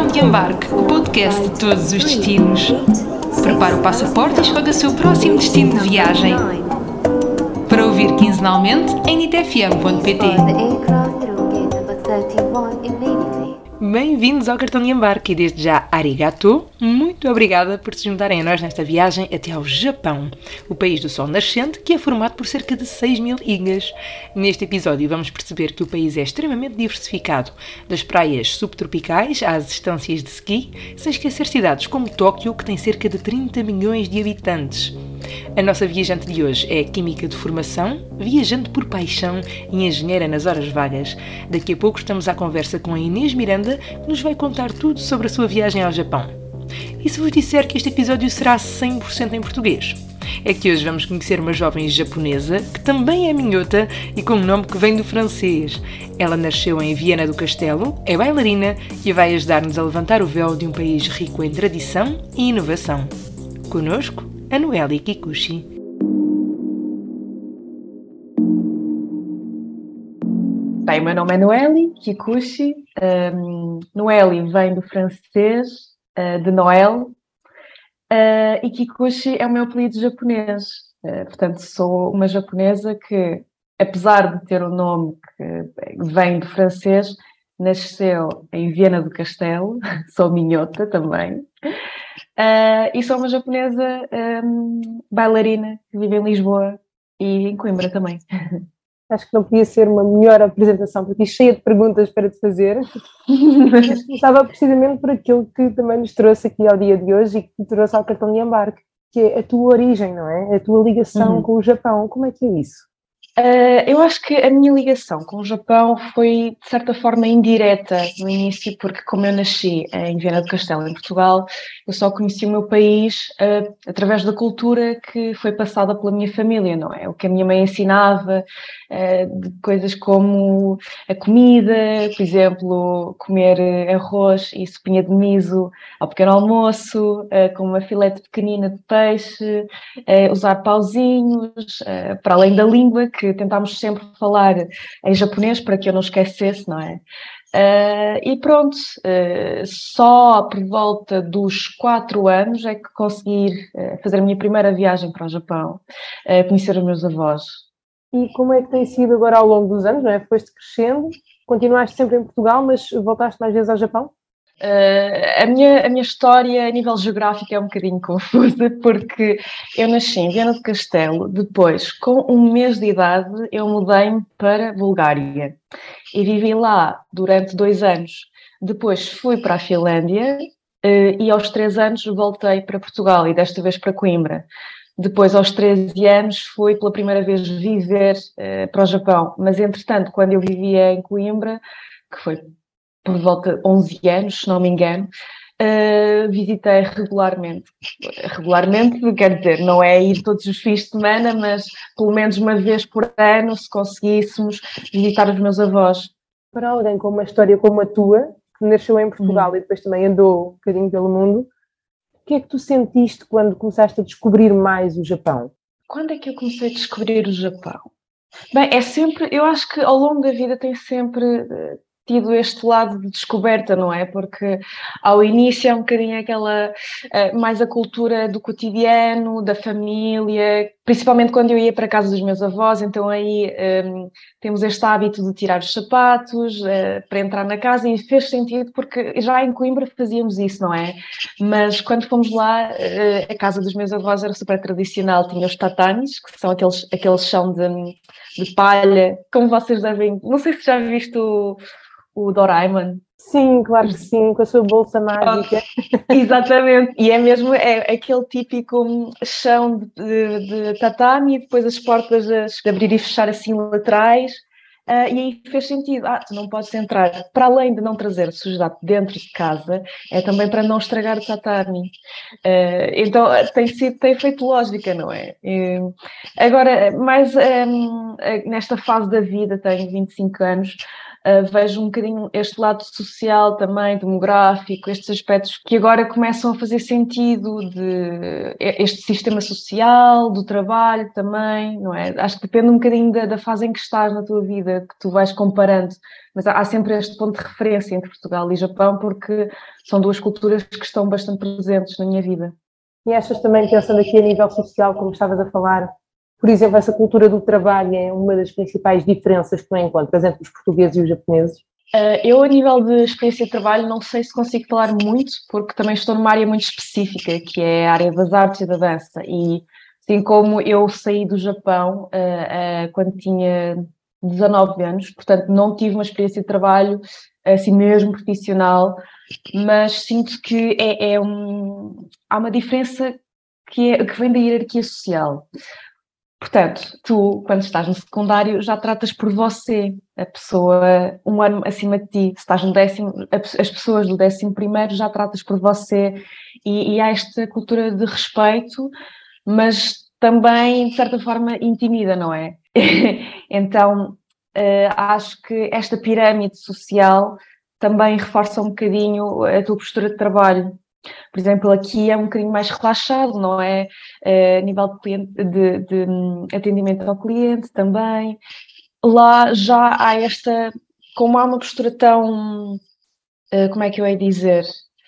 de Embarque, o podcast de todos os destinos. Prepare o passaporte e escolha o seu próximo destino de viagem. Para ouvir quinzenalmente em nitfm.pt. Bem-vindos ao Cartão de Embarque e desde já, arigato, muito obrigada por se juntarem a nós nesta viagem até ao Japão, o país do sol nascente que é formado por cerca de 6.000 ilhas. Neste episódio vamos perceber que o país é extremamente diversificado, das praias subtropicais às estâncias de ski, sem esquecer cidades como Tóquio, que tem cerca de 30 milhões de habitantes. A nossa viajante de hoje é química de formação, viajante por paixão e engenheira nas horas vagas. Daqui a pouco estamos à conversa com a Inês Miranda, que nos vai contar tudo sobre a sua viagem ao Japão. E se vos disser que este episódio será 100% em português? É que hoje vamos conhecer uma jovem japonesa, que também é minhota e com um nome que vem do francês. Ela nasceu em Viena do Castelo, é bailarina e vai ajudar-nos a levantar o véu de um país rico em tradição e inovação. Conosco, a Noeli Kikuchi. Bem, o meu nome é Noeli Kikuchi. Noeli vem do francês, de Noel, e Kikuchi é o meu apelido japonês. Portanto, sou uma japonesa que, apesar de ter um nome que vem do francês, nasceu em Viena do Castelo, sou minhota também. E sou uma japonesa bailarina que vive em Lisboa e em Coimbra também. Acho que não podia ser uma melhor apresentação, porque estou cheia de perguntas para te fazer. Mas começava precisamente por aquilo que também nos trouxe aqui ao dia de hoje e que te trouxe ao Cartão de Embarque, que é a tua origem, não é? A tua ligação com o Japão. Como é que é isso? Eu acho que a minha ligação com o Japão foi, de certa forma, indireta no início, porque como eu nasci em Viena do Castelo, em Portugal, eu só conheci o meu país através da cultura que foi passada pela minha família, não é? O que a minha mãe ensinava, de coisas como a comida, por exemplo, comer arroz e sopinha de miso ao pequeno almoço, com uma filete pequenina de peixe, usar pauzinhos, para além da língua, que tentámos sempre falar em japonês para que eu não esquecesse, não é? E pronto, só por volta dos 4 anos é que consegui fazer a minha primeira viagem para o Japão, conhecer os meus avós. E como é que tem sido agora ao longo dos anos, não é? Foste crescendo, continuaste sempre em Portugal, mas voltaste mais vezes ao Japão? A minha história a nível geográfico é um bocadinho confusa, porque eu nasci em Viena do Castelo, depois, com 1 mês de idade, eu mudei-me para Bulgária e vivi lá durante 2 anos. Depois fui para a Finlândia e aos 3 anos voltei para Portugal e desta vez para Coimbra. Depois, aos 13 anos, fui pela primeira vez viver para o Japão, mas entretanto, quando eu vivia em Coimbra, que foi por volta de 11 anos, se não me engano, visitei regularmente. Regularmente, quer dizer, não é ir todos os fins de semana, mas pelo menos uma vez por ano, se conseguíssemos visitar os meus avós. Para alguém com uma história como a tua, que nasceu em Portugal e depois também andou um bocadinho pelo mundo, o que é que tu sentiste quando começaste a descobrir mais o Japão? Quando é que eu comecei a descobrir o Japão? Bem, é sempre, eu acho que ao longo da vida tem sempre tido este lado de descoberta, não é? Porque ao início é um bocadinho aquela, mais a cultura do cotidiano, da família, principalmente quando eu ia para a casa dos meus avós, então aí temos este hábito de tirar os sapatos para entrar na casa e fez sentido porque já em Coimbra fazíamos isso, não é? Mas quando fomos lá, a casa dos meus avós era super tradicional, tinha os tatamis, que são aqueles chão de palha, como vocês devem... Não sei se já viste o Doraemon. Sim, claro que sim, com a sua bolsa mágica. Exatamente, e é mesmo aquele típico chão de tatami e depois as portas de abrir e fechar assim laterais, e aí fez sentido, tu não podes entrar, para além de não trazer sujidade dentro de casa, é também para não estragar o tatami. Então tem feito lógica, não é? Agora, mais nesta fase da vida, tenho 25 anos, vejo um bocadinho este lado social também, demográfico, estes aspectos que agora começam a fazer sentido, de este sistema social, do trabalho também, não é? Acho que depende um bocadinho da fase em que estás na tua vida, que tu vais comparando, mas há sempre este ponto de referência entre Portugal e Japão, porque são duas culturas que estão bastante presentes na minha vida. E achas também, pensando aqui a nível social, como estavas a falar, por exemplo, essa cultura do trabalho é uma das principais diferenças que tu encontras entre os portugueses e os japoneses? Eu, a nível de experiência de trabalho, não sei se consigo falar muito, porque também estou numa área muito específica, que é a área das artes e da dança. E assim como eu saí do Japão quando tinha 19 anos, portanto não tive uma experiência de trabalho assim mesmo profissional, mas sinto que há uma diferença que vem da hierarquia social. Portanto, tu, quando estás no secundário, já tratas por você, a pessoa um ano acima de ti. Se estás no décimo, as pessoas do 11º já tratas por você. E há esta cultura de respeito, mas também, de certa forma, intimida, não é? Então, acho que esta pirâmide social também reforça um bocadinho a tua postura de trabalho. Por exemplo, aqui é um bocadinho mais relaxado, não é? A nível de, cliente, de atendimento ao cliente também. Lá já há como há uma postura tão, como é que eu ia dizer?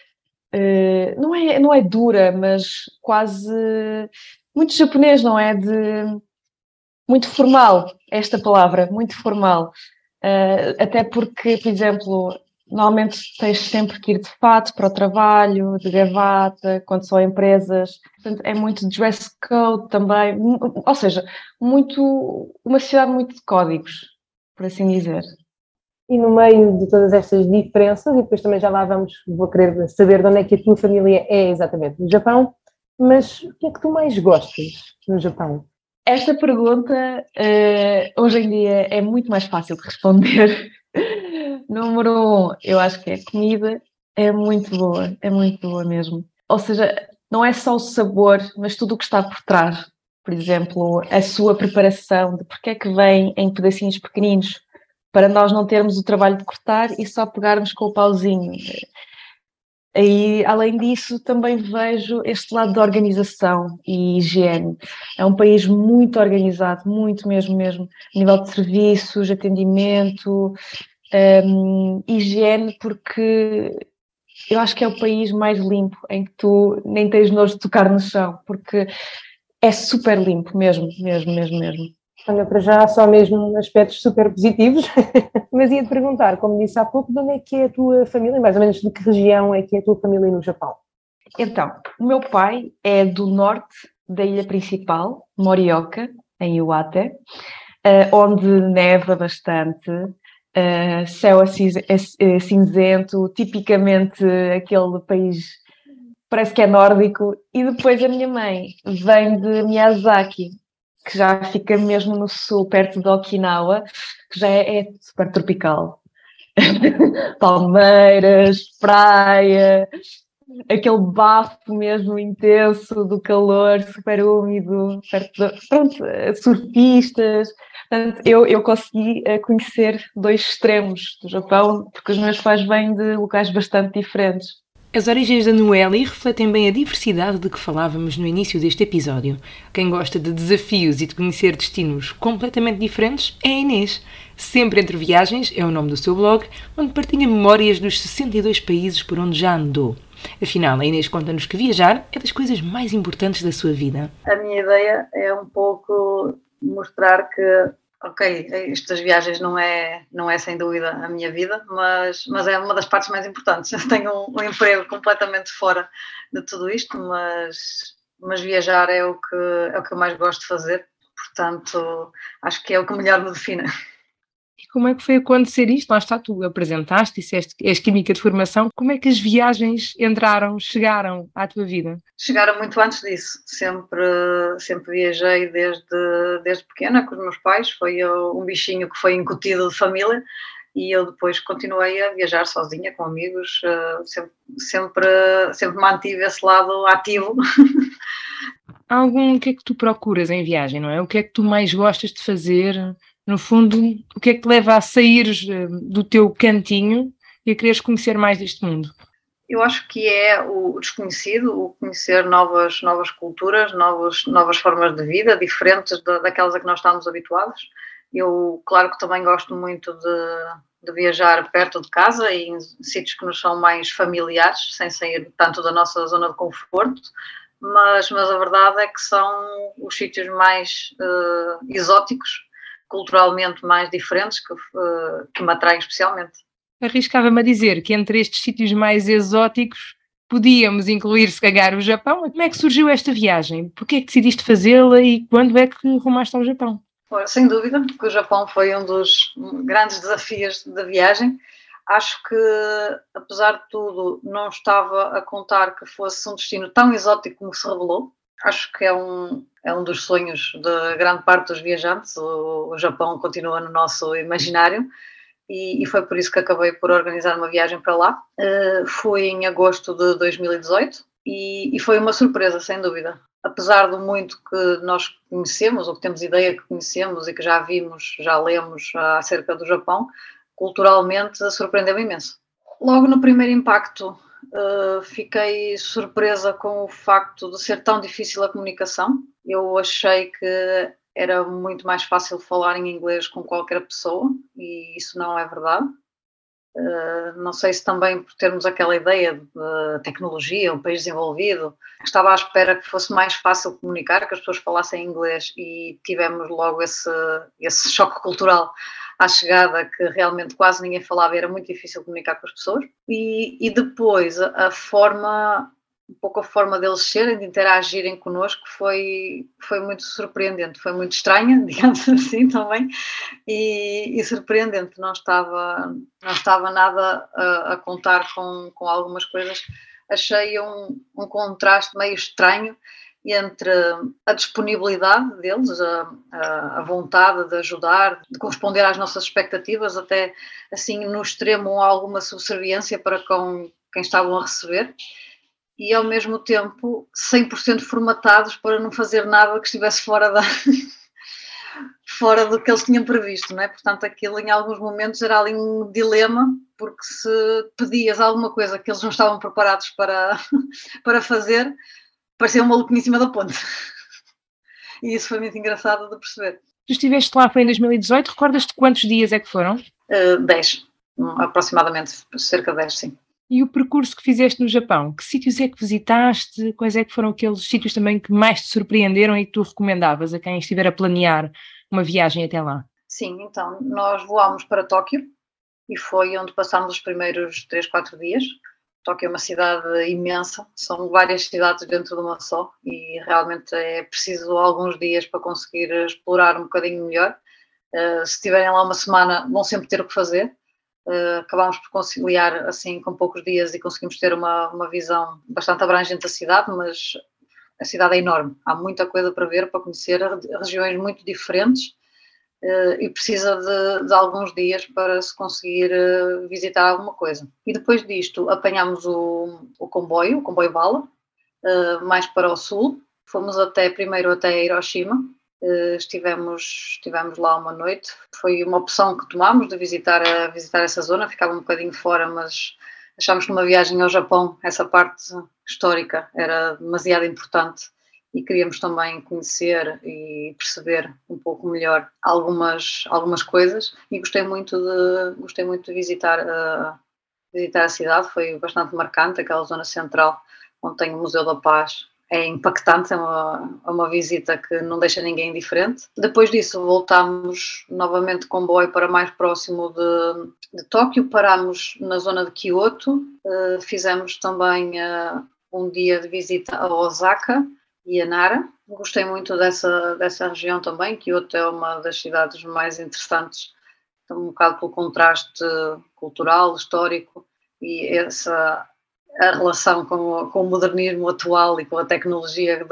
Não é dura, mas quase muito japonês, não é? Muito formal, esta palavra, muito formal. Até porque, por exemplo, normalmente tens sempre que ir de fato para o trabalho, de gravata, quando são empresas. Portanto, é muito dress code também. Ou seja, uma sociedade muito de códigos, por assim dizer. E no meio de todas estas diferenças, e depois também já lá vou querer saber de onde é que a tua família é exatamente no Japão, mas o que é que tu mais gostas no Japão? Esta pergunta, hoje em dia, é muito mais fácil de responder. Número 1, eu acho que é comida, é muito boa mesmo. Ou seja, não é só o sabor, mas tudo o que está por trás. Por exemplo, a sua preparação, de porque é que vem em pedacinhos pequeninos, para nós não termos o trabalho de cortar e só pegarmos com o pauzinho. E, além disso, também vejo este lado da organização e higiene. É um país muito organizado, muito mesmo, a nível de serviços, atendimento, higiene, porque eu acho que é o país mais limpo, em que tu nem tens nojo de tocar no chão, porque é super limpo, mesmo. Olha, para já só mesmo aspectos super positivos, mas ia-te perguntar, como disse há pouco, de onde é que é a tua família, mais ou menos de que região é que é a tua família no Japão? Então, o meu pai é do norte da ilha principal, Morioka, em Iwate, onde neva bastante, céu cinzento, tipicamente aquele país parece que é nórdico. E depois a minha mãe vem de Miyazaki, que já fica mesmo no sul, perto de Okinawa, que já é super tropical. Palmeiras, praia, aquele bafo mesmo intenso do calor, super úmido, pronto, surfistas. Portanto, eu consegui conhecer dois extremos do Japão, porque os meus pais vêm de locais bastante diferentes. As origens da Noeli refletem bem a diversidade de que falávamos no início deste episódio. Quem gosta de desafios e de conhecer destinos completamente diferentes é a Inês. Sempre Entre Viagens é o nome do seu blog, onde partilha memórias dos 62 países por onde já andou. Afinal, a Inês conta-nos que viajar é das coisas mais importantes da sua vida. A minha ideia é um pouco mostrar que, ok, estas viagens não é sem dúvida a minha vida, mas é uma das partes mais importantes. Eu tenho um emprego completamente fora de tudo isto, mas viajar é o que eu mais gosto de fazer, portanto, acho que é o que melhor me define. E como é que foi acontecer isto? Lá está, tu apresentaste, disseste que és química de formação. Como é que as viagens chegaram à tua vida? Chegaram muito antes disso. Sempre viajei desde pequena com os meus pais. Foi um bichinho que foi incutido de família e eu depois continuei a viajar sozinha, com amigos. Sempre mantive esse lado ativo. O que é que tu procuras em viagem, não é? O que é que tu mais gostas de fazer No fundo, o que é que te leva a sair do teu cantinho e a quereres conhecer mais deste mundo? Eu acho que é o desconhecido, o conhecer novas culturas, novas formas de vida, diferentes daquelas a que nós estamos habituados. Eu, claro que também gosto muito de viajar perto de casa e em sítios que nos são mais familiares, sem sair tanto da nossa zona de conforto, mas a verdade é que são os sítios mais exóticos, culturalmente mais diferentes, que me atraem especialmente. Arriscava-me a dizer que entre estes sítios mais exóticos podíamos incluir, se calhar, o Japão. Como é que surgiu esta viagem? Porquê é que decidiste fazê-la e quando é que rumaste ao Japão? Sem dúvida que o Japão foi um dos grandes desafios da viagem. Acho que, apesar de tudo, não estava a contar que fosse um destino tão exótico como se revelou. Acho que é um dos sonhos de grande parte dos viajantes. O Japão continua no nosso imaginário e foi por isso que acabei por organizar uma viagem para lá. Fui em agosto de 2018 e foi uma surpresa, sem dúvida. Apesar do muito que nós conhecemos, ou que temos ideia que conhecemos e que já vimos, já lemos acerca do Japão, culturalmente surpreendeu-me imenso. Logo no primeiro impacto, fiquei surpresa com o facto de ser tão difícil a comunicação. Eu achei que era muito mais fácil falar em inglês com qualquer pessoa e isso não é verdade. Não sei se também por termos aquela ideia de tecnologia, um país desenvolvido, estava à espera que fosse mais fácil comunicar, que as pessoas falassem inglês e tivemos logo esse choque cultural à chegada, que realmente quase ninguém falava e era muito difícil comunicar com as pessoas. E depois um pouco a forma deles serem, de interagirem connosco, foi muito surpreendente, foi muito estranha, digamos assim também, e surpreendente. Não estava nada a contar com algumas coisas. Achei um contraste meio estranho entre a disponibilidade deles, a vontade de ajudar, de corresponder às nossas expectativas, até assim no extremo alguma subserviência para com quem estavam a receber, e ao mesmo tempo 100% formatados para não fazer nada que estivesse fora do que eles tinham previsto, não é? Portanto, aquilo em alguns momentos era ali um dilema, porque se pedias alguma coisa que eles não estavam preparados para fazer, parecia um maluco em cima da ponte. E isso foi muito engraçado de perceber. Tu estiveste lá, foi em 2018, recordas-te quantos dias é que foram? 10, aproximadamente, cerca de 10, sim. E o percurso que fizeste no Japão, que sítios é que visitaste? Quais é que foram aqueles sítios também que mais te surpreenderam e que tu recomendavas a quem estiver a planear uma viagem até lá? Sim, então, nós voámos para Tóquio e foi onde passámos os primeiros 3, 4 dias. Tóquio é uma cidade imensa, são várias cidades dentro de uma só e realmente é preciso alguns dias para conseguir explorar um bocadinho melhor. Se estiverem lá uma semana vão sempre ter o que fazer. Acabámos por conciliar assim com poucos dias e conseguimos ter uma visão bastante abrangente da cidade, mas a cidade é enorme, há muita coisa para ver, para conhecer, regiões muito diferentes e precisa de alguns dias para se conseguir visitar alguma coisa. E depois disto apanhámos o comboio bala, mais para o sul, fomos primeiro até Hiroshima. Estivemos lá uma noite, foi uma opção que tomámos de visitar essa zona, ficava um bocadinho fora, mas achámos que numa viagem ao Japão essa parte histórica era demasiado importante e queríamos também conhecer e perceber um pouco melhor algumas coisas e gostei muito de visitar a cidade, foi bastante marcante, aquela zona central onde tem o Museu da Paz. É impactante, é uma visita que não deixa ninguém indiferente. Depois disso voltámos novamente com comboio para mais próximo de Tóquio, parámos na zona de Kyoto, fizemos também um dia de visita a Osaka e a Nara. Gostei muito dessa região também, Kyoto é uma das cidades mais interessantes, um bocado pelo contraste cultural, histórico e a relação com o modernismo atual e com a tecnologia,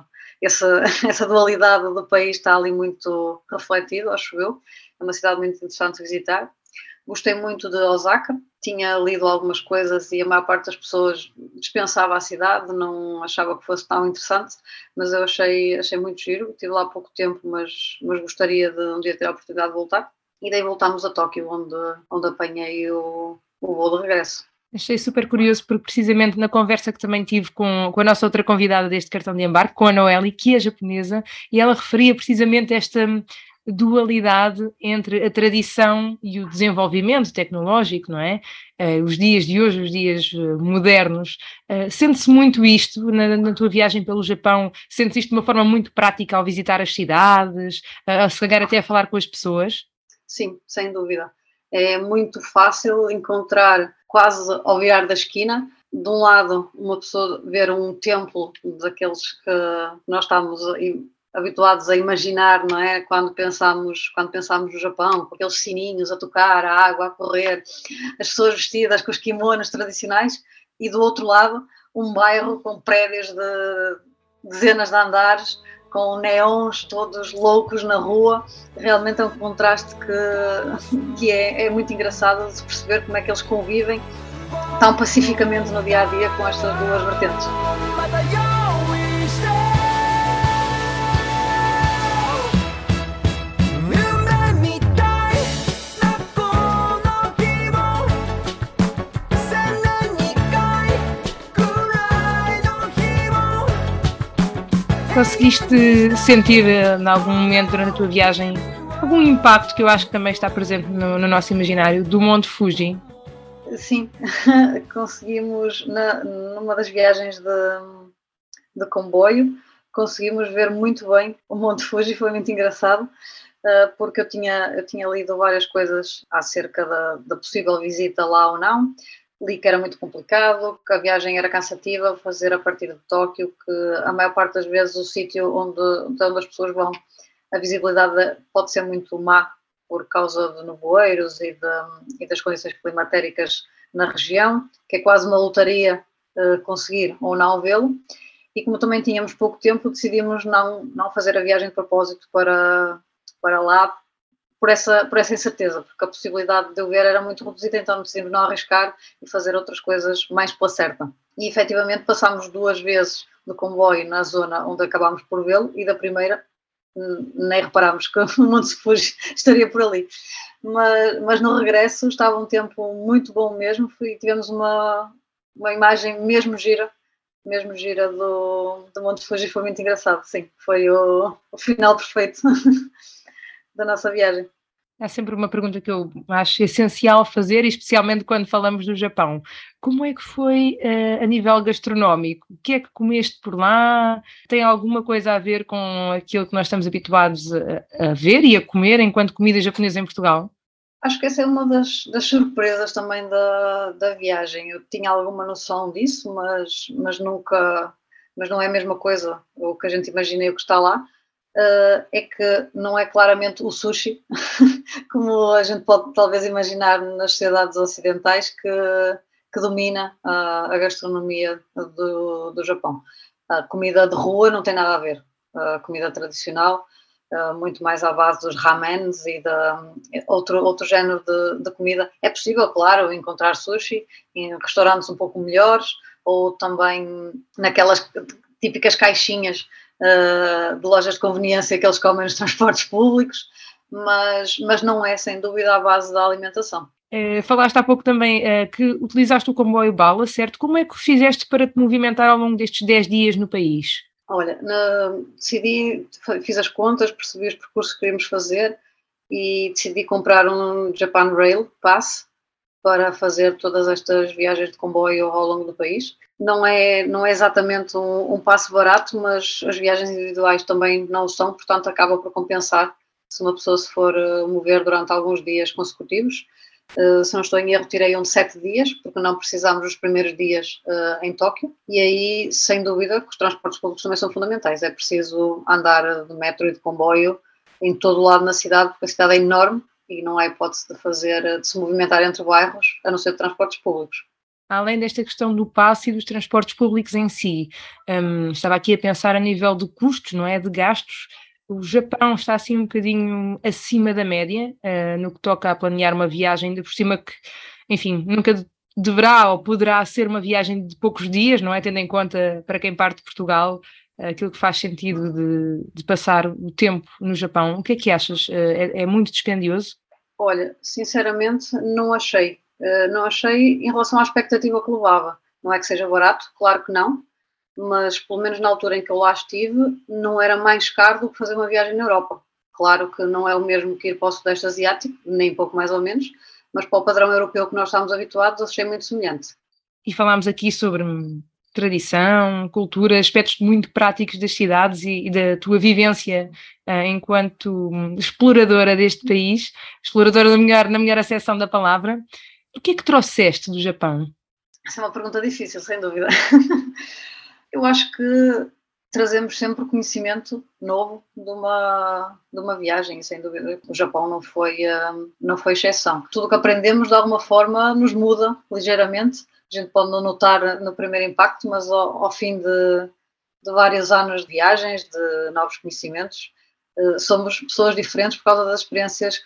essa dualidade do país está ali muito refletido, acho eu. É uma cidade muito interessante de visitar. Gostei muito de Osaka, tinha lido algumas coisas e a maior parte das pessoas dispensava a cidade, não achava que fosse tão interessante, mas eu achei muito giro. Estive lá há pouco tempo, mas gostaria de um dia ter a oportunidade de voltar. E daí voltámos a Tóquio, onde apanhei o voo de regresso. Achei super curioso porque precisamente na conversa que também tive com a nossa outra convidada deste cartão de embarque, com a Noeli, que é japonesa, e ela referia precisamente esta dualidade entre a tradição e o desenvolvimento tecnológico, não é? Os dias de hoje, os dias modernos. Sente-se muito isto na tua viagem pelo Japão? Sente-se isto de uma forma muito prática ao visitar as cidades, a chegar até a falar com as pessoas? Sim, sem dúvida. É muito fácil encontrar, quase ao virar da esquina, de um lado uma pessoa ver um templo daqueles que nós estamos habituados a imaginar, não é? Quando pensamos no Japão, com aqueles sininhos a tocar, a água a correr, as pessoas vestidas com os kimonos tradicionais, e do outro lado um bairro com prédios de dezenas de andares, com neons todos loucos na rua. Realmente é um contraste que é muito engraçado de se perceber como é que eles convivem tão pacificamente no dia-a-dia com estas duas vertentes. Conseguiste sentir em algum momento durante a tua viagem algum impacto que eu acho que também está presente no nosso imaginário do Monte Fuji? Sim, conseguimos numa das viagens de comboio, conseguimos ver muito bem o Monte Fuji. Foi muito engraçado, porque eu tinha lido várias coisas acerca da possível visita lá ou não. Li que era muito complicado, que a viagem era cansativa, fazer a partir de Tóquio, que a maior parte das vezes o sítio onde as pessoas vão, a visibilidade pode ser muito má por causa de nevoeiros e das condições climatéricas na região, que é quase uma lotaria conseguir ou não vê-lo. E como também tínhamos pouco tempo, decidimos não fazer a viagem de propósito para lá, por essa incerteza, porque a possibilidade de eu ver era muito reduzida, então decidimos não arriscar e fazer outras coisas mais pela certa. E efetivamente passámos 2 vezes de comboio na zona onde acabámos por vê-lo, e da primeira nem reparámos que o Monte Fuji estaria por ali. Mas no regresso estava um tempo muito bom mesmo, e tivemos uma imagem mesmo gira do Monte Fuji. Foi muito engraçado, sim, foi o final perfeito da nossa viagem. É sempre uma pergunta que eu acho essencial fazer, especialmente quando falamos do Japão. Como é que foi a nível gastronómico? O que é que comeste por lá? Tem alguma coisa a ver com aquilo que nós estamos habituados a ver e a comer enquanto comida japonesa em Portugal? Acho que essa é uma das surpresas também da viagem. Eu tinha alguma noção disso, mas nunca, mas não é a mesma coisa o que a gente imagina e o que está lá. É que não é claramente o sushi, como a gente pode talvez imaginar nas sociedades ocidentais, que domina a gastronomia do Japão. A comida de rua não tem nada a ver. A comida tradicional, muito mais à base dos ramens e de outro género de comida. É possível, claro, encontrar sushi em restaurantes um pouco melhores, ou também naquelas típicas caixinhas de lojas de conveniência que eles comem nos transportes públicos, mas não é, sem dúvida, a base da alimentação. Falaste há pouco também que utilizaste o comboio bala, certo? Como é que fizeste para te movimentar ao longo destes 10 dias no país? Olha, decidi, fiz as contas, percebi os percursos que queríamos fazer e decidi comprar um Japan Rail Pass para fazer todas estas viagens de comboio ao longo do país. Não é exatamente um passe barato, mas as viagens individuais também não o são, portanto acaba por compensar se uma pessoa se for mover durante alguns dias consecutivos. Se não estou em erro, tirei um de 7 dias, porque não precisámos dos primeiros dias em Tóquio, e aí, sem dúvida, que os transportes públicos também são fundamentais. É preciso andar de metro e de comboio em todo o lado na cidade, porque a cidade é enorme e não há hipótese de se movimentar entre bairros, a não ser de transportes públicos. Além desta questão do passe e dos transportes públicos em si, estava aqui a pensar a nível de custos, não é? De gastos. o Japão está assim um bocadinho acima da média, no que toca a planear uma viagem, ainda por cima que, enfim, nunca deverá ou poderá ser uma viagem de poucos dias, não é? Tendo em conta, para quem parte de Portugal, aquilo que faz sentido de passar o tempo no Japão. O que é que achas? É muito dispendioso? Olha, sinceramente, não achei. Não achei em relação à expectativa que levava. Não é que seja barato, claro que não, mas pelo menos na altura em que eu lá estive, não era mais caro do que fazer uma viagem na Europa. Claro que não é o mesmo que ir para o Sudeste Asiático, nem pouco mais ou menos, mas para o padrão europeu que nós estamos habituados, achei muito semelhante. E falámos aqui sobre tradição, cultura, aspectos muito práticos das cidades e da tua vivência enquanto exploradora deste país, exploradora na melhor acessão da palavra. O que é que trouxeste do Japão? Essa é uma pergunta difícil, sem dúvida. Eu acho que trazemos sempre conhecimento novo de uma viagem, sem dúvida. O Japão não foi exceção. Tudo o que aprendemos, de alguma forma, nos muda ligeiramente. A gente pode não notar no primeiro impacto, mas ao fim de vários anos de viagens, de novos conhecimentos, somos pessoas diferentes por causa das experiências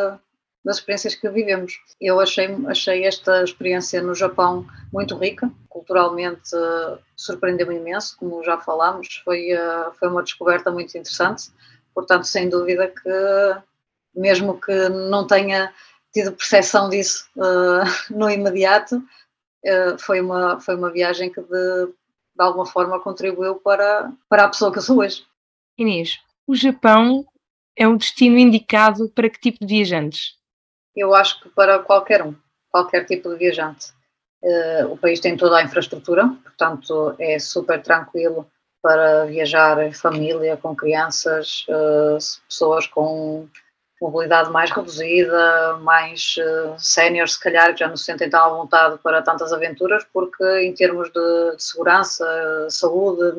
que vivemos. Eu achei esta experiência no Japão muito rica, culturalmente surpreendeu-me imenso, como já falámos, foi uma descoberta muito interessante, portanto, sem dúvida que, mesmo que não tenha tido percepção disso no imediato, foi uma viagem que de alguma forma contribuiu para a pessoa que eu sou hoje. Inês, o Japão é um destino indicado para que tipo de viajantes? Eu acho que para qualquer tipo de viajante. O país tem toda a infraestrutura, portanto é super tranquilo para viajar em família, com crianças, pessoas com mobilidade mais reduzida, mais séniores, se calhar, que já não se sentem tão à vontade para tantas aventuras, porque em termos de segurança, saúde,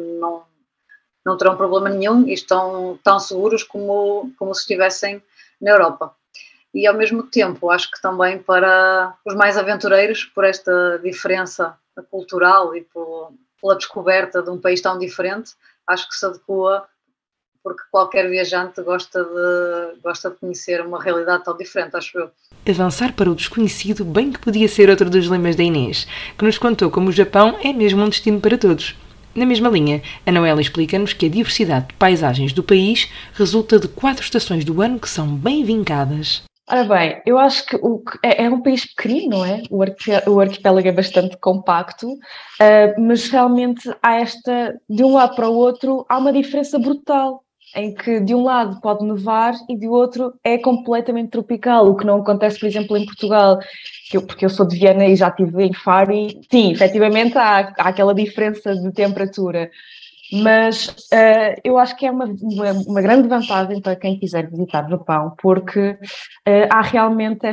não terão problema nenhum e estão tão seguros como se estivessem na Europa. E ao mesmo tempo, acho que também para os mais aventureiros, por esta diferença cultural e pela descoberta de um país tão diferente, acho que se adequa, porque qualquer viajante gosta de conhecer uma realidade tão diferente, acho eu. Avançar para o desconhecido, bem que podia ser outro dos lemas da Inês, que nos contou como o Japão é mesmo um destino para todos. Na mesma linha, a Noela explica-nos que a diversidade de paisagens do país resulta de 4 estações do ano que são bem vincadas. Ora bem, eu acho que é um país pequenino, não é? O arquipélago é bastante compacto, mas realmente de um lado para o outro, há uma diferença brutal, em que de um lado pode nevar e do outro é completamente tropical, o que não acontece, por exemplo, em Portugal, porque eu sou de Viana e já estive em Faro e, sim, efetivamente há aquela diferença de temperatura. Mas eu acho que é uma grande vantagem para quem quiser visitar o Japão, porque há realmente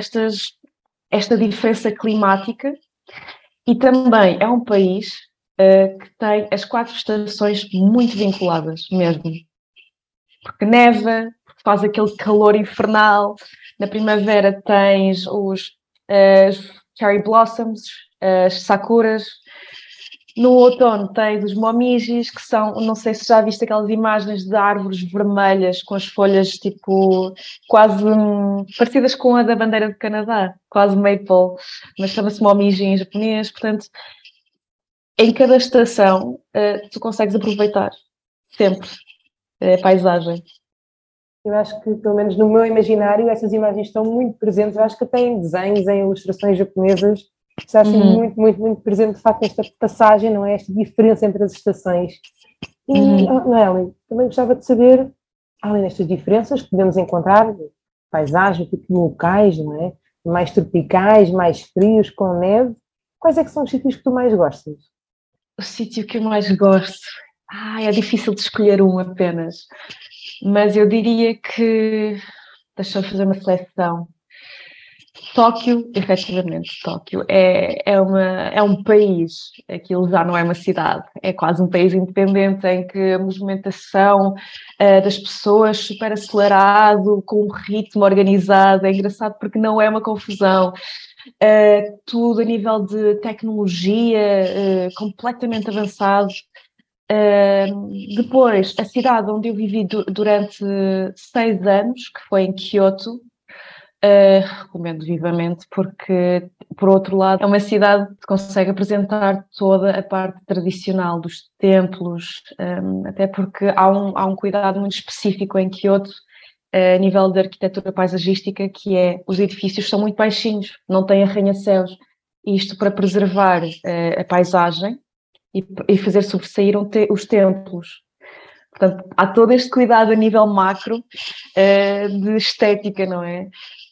esta diferença climática e também é um país que tem as 4 estações muito vinculadas mesmo. Porque neva, porque faz aquele calor infernal, na primavera tens os cherry blossoms, as sakuras. No outono tens os momijis, que são, não sei se já viste aquelas imagens de árvores vermelhas com as folhas tipo quase parecidas com a da bandeira do Canadá, quase maple, mas chama-se momiji em japonês. Portanto, em cada estação tu consegues aproveitar sempre a paisagem. Eu acho que, pelo menos no meu imaginário, essas imagens estão muito presentes. Eu acho que até em desenhos, em ilustrações japonesas, está assim muito, muito, muito presente, de facto, esta passagem, não é? Esta diferença entre as estações. E, Noélia, também gostava de saber, além destas diferenças que podemos encontrar, paisagem, tipo de locais, não é? Mais tropicais, mais frios, com neve, quais é que são os sítios que tu mais gostas? O sítio que eu mais gosto... é difícil de escolher um apenas, mas eu diria que... Deixa-me fazer uma seleção. Tóquio, efetivamente, Tóquio é um país, aquilo já não é uma cidade, é quase um país independente em que a movimentação das pessoas super acelerado, com um ritmo organizado, é engraçado porque não é uma confusão, tudo a nível de tecnologia completamente avançado. Depois, a cidade onde eu vivi durante 6 anos, que foi em Kyoto, recomendo vivamente, porque, por outro lado, é uma cidade que consegue apresentar toda a parte tradicional dos templos, até porque há um cuidado muito específico em Kyoto, a nível de arquitetura paisagística, que é, os edifícios são muito baixinhos, não têm arranha-céus, isto para preservar a paisagem e fazer sobressair os templos. Portanto, há todo este cuidado a nível macro de estética, não é?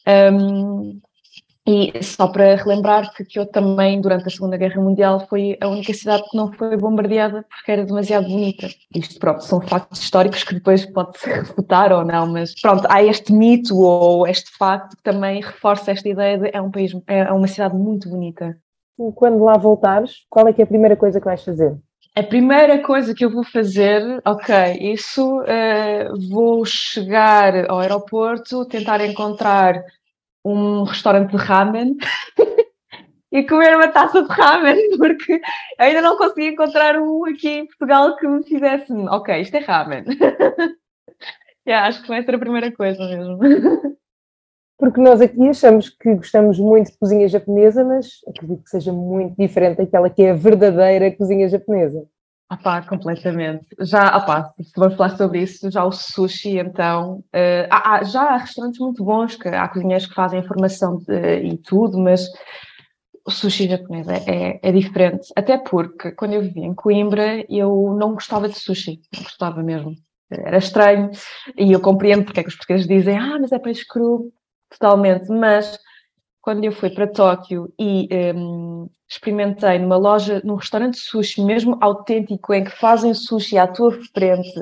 E só para relembrar que eu também, durante a Segunda Guerra Mundial, foi a única cidade que não foi bombardeada porque era demasiado bonita. Isto, pronto, são factos históricos que depois pode-se refutar ou não, mas pronto, há este mito ou este facto que também reforça esta ideia de é uma cidade muito bonita. E quando lá voltares, qual é que é a primeira coisa que vais fazer? A primeira coisa que eu vou fazer, vou chegar ao aeroporto, tentar encontrar um restaurante de ramen e comer uma taça de ramen, porque ainda não consegui encontrar um aqui em Portugal que me fizesse, ok, isto é ramen. Acho que vai ser a primeira coisa mesmo. Porque nós aqui achamos que gostamos muito de cozinha japonesa, mas acredito que seja muito diferente daquela que é a verdadeira cozinha japonesa. Completamente. Se vamos falar sobre isso, já o sushi, então... já há restaurantes muito bons, que há cozinheiros que fazem a formação e tudo, mas o sushi japonês é diferente. Até porque, quando eu vivia em Coimbra, eu não gostava de sushi. Não gostava mesmo. Era estranho. E eu compreendo porque é que os portugueses dizem mas é peixe cru. Totalmente. Mas, quando eu fui para Tóquio e experimentei num restaurante de sushi mesmo autêntico, em que fazem sushi à tua frente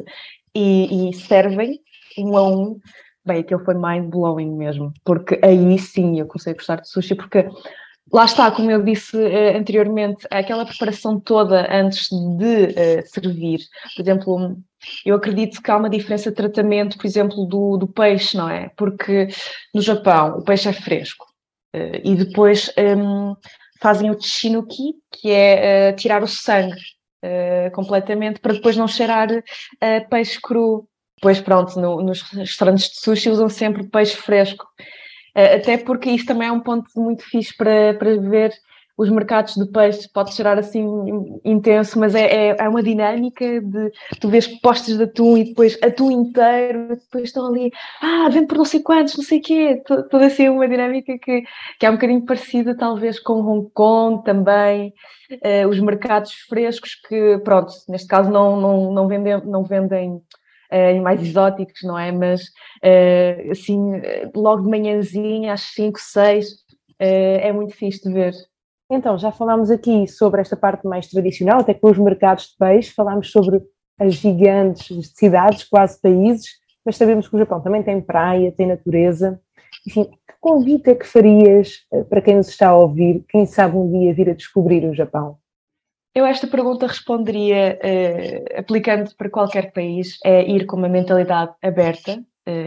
e servem um a um, bem, aquilo foi mind-blowing mesmo, porque aí sim eu comecei a gostar de sushi, porque lá está, como eu disse anteriormente, aquela preparação toda antes de servir. Por exemplo, eu acredito que há uma diferença de tratamento, por exemplo, do peixe, não é? Porque no Japão o peixe é fresco. E depois fazem o Tsushinuki, que é tirar o sangue completamente, para depois não cheirar peixe cru. Depois, pronto, nos restaurantes de sushi usam sempre peixe fresco. Até porque isso também é um ponto muito fixe para ver os mercados de peixe. Pode cheirar assim intenso, mas é uma dinâmica de tu vês postas de atum e depois atum inteiro, depois estão ali, vem por não sei quantos, não sei o quê. Toda assim uma dinâmica que é um bocadinho parecida talvez com Hong Kong também. Os mercados frescos que, pronto, neste caso não vendem mais exóticos, não é? Mas assim, logo de manhãzinha, às 5, 6, é muito fixe de ver. Então, já falámos aqui sobre esta parte mais tradicional, até com os mercados de peixe, falámos sobre as gigantes cidades, quase países, mas sabemos que o Japão também tem praia, tem natureza. Enfim, que convite é que farias para quem nos está a ouvir, quem sabe um dia vir a descobrir o Japão? Eu esta pergunta responderia, aplicando para qualquer país, é ir com uma mentalidade aberta,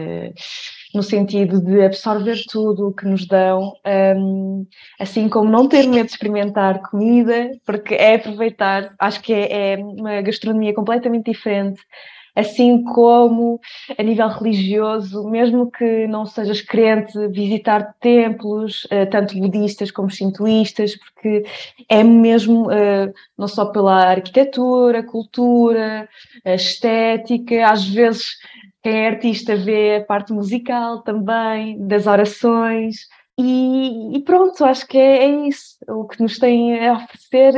no sentido de absorver tudo o que nos dão, assim como não ter medo de experimentar comida, porque é aproveitar, acho que é uma gastronomia completamente diferente, assim como a nível religioso, mesmo que não sejas crente, visitar templos, tanto budistas como shintoístas, porque é mesmo não só pela arquitetura, cultura, a estética, às vezes quem é artista vê a parte musical também, das orações, e pronto, acho que é isso. O que nos tem a oferecer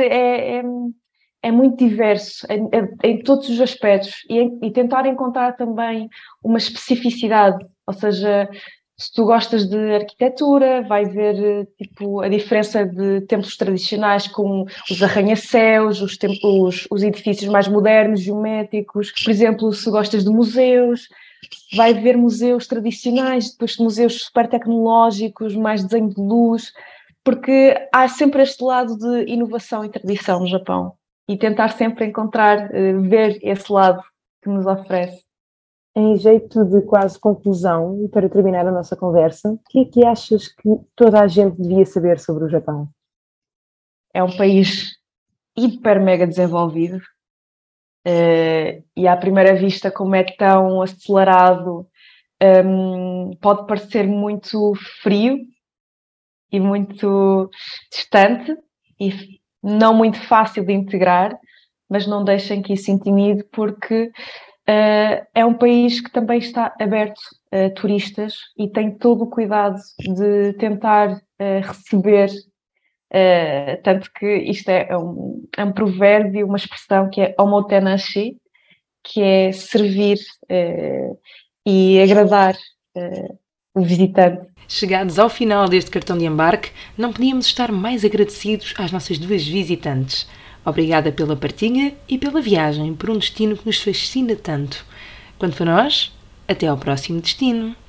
é muito diverso em todos os aspectos e tentar encontrar também uma especificidade, ou seja, se tu gostas de arquitetura, vai ver tipo, a diferença de templos tradicionais com os arranha-céus, os edifícios mais modernos, geométricos. Por exemplo, se gostas de museus, vai ver museus tradicionais, depois museus super tecnológicos, mais desenho de luz, porque há sempre este lado de inovação e tradição no Japão. E tentar sempre encontrar, ver esse lado que nos oferece. Em jeito de quase conclusão, e para terminar a nossa conversa, o que é que achas que toda a gente devia saber sobre o Japão? É um país hiper mega desenvolvido, E à primeira vista, como é tão acelerado, pode parecer muito frio e muito distante e não muito fácil de integrar, mas não deixem que isso intimide, porque é um país que também está aberto a turistas e tem todo o cuidado de tentar receber, tanto que isto é um provérbio, uma expressão que é omotenashi, que é servir e agradar o visitante. Chegados ao final deste cartão de embarque, não podíamos estar mais agradecidos às nossas duas visitantes. Obrigada pela partilha e pela viagem por um destino que nos fascina tanto. Quanto a nós, até ao próximo destino.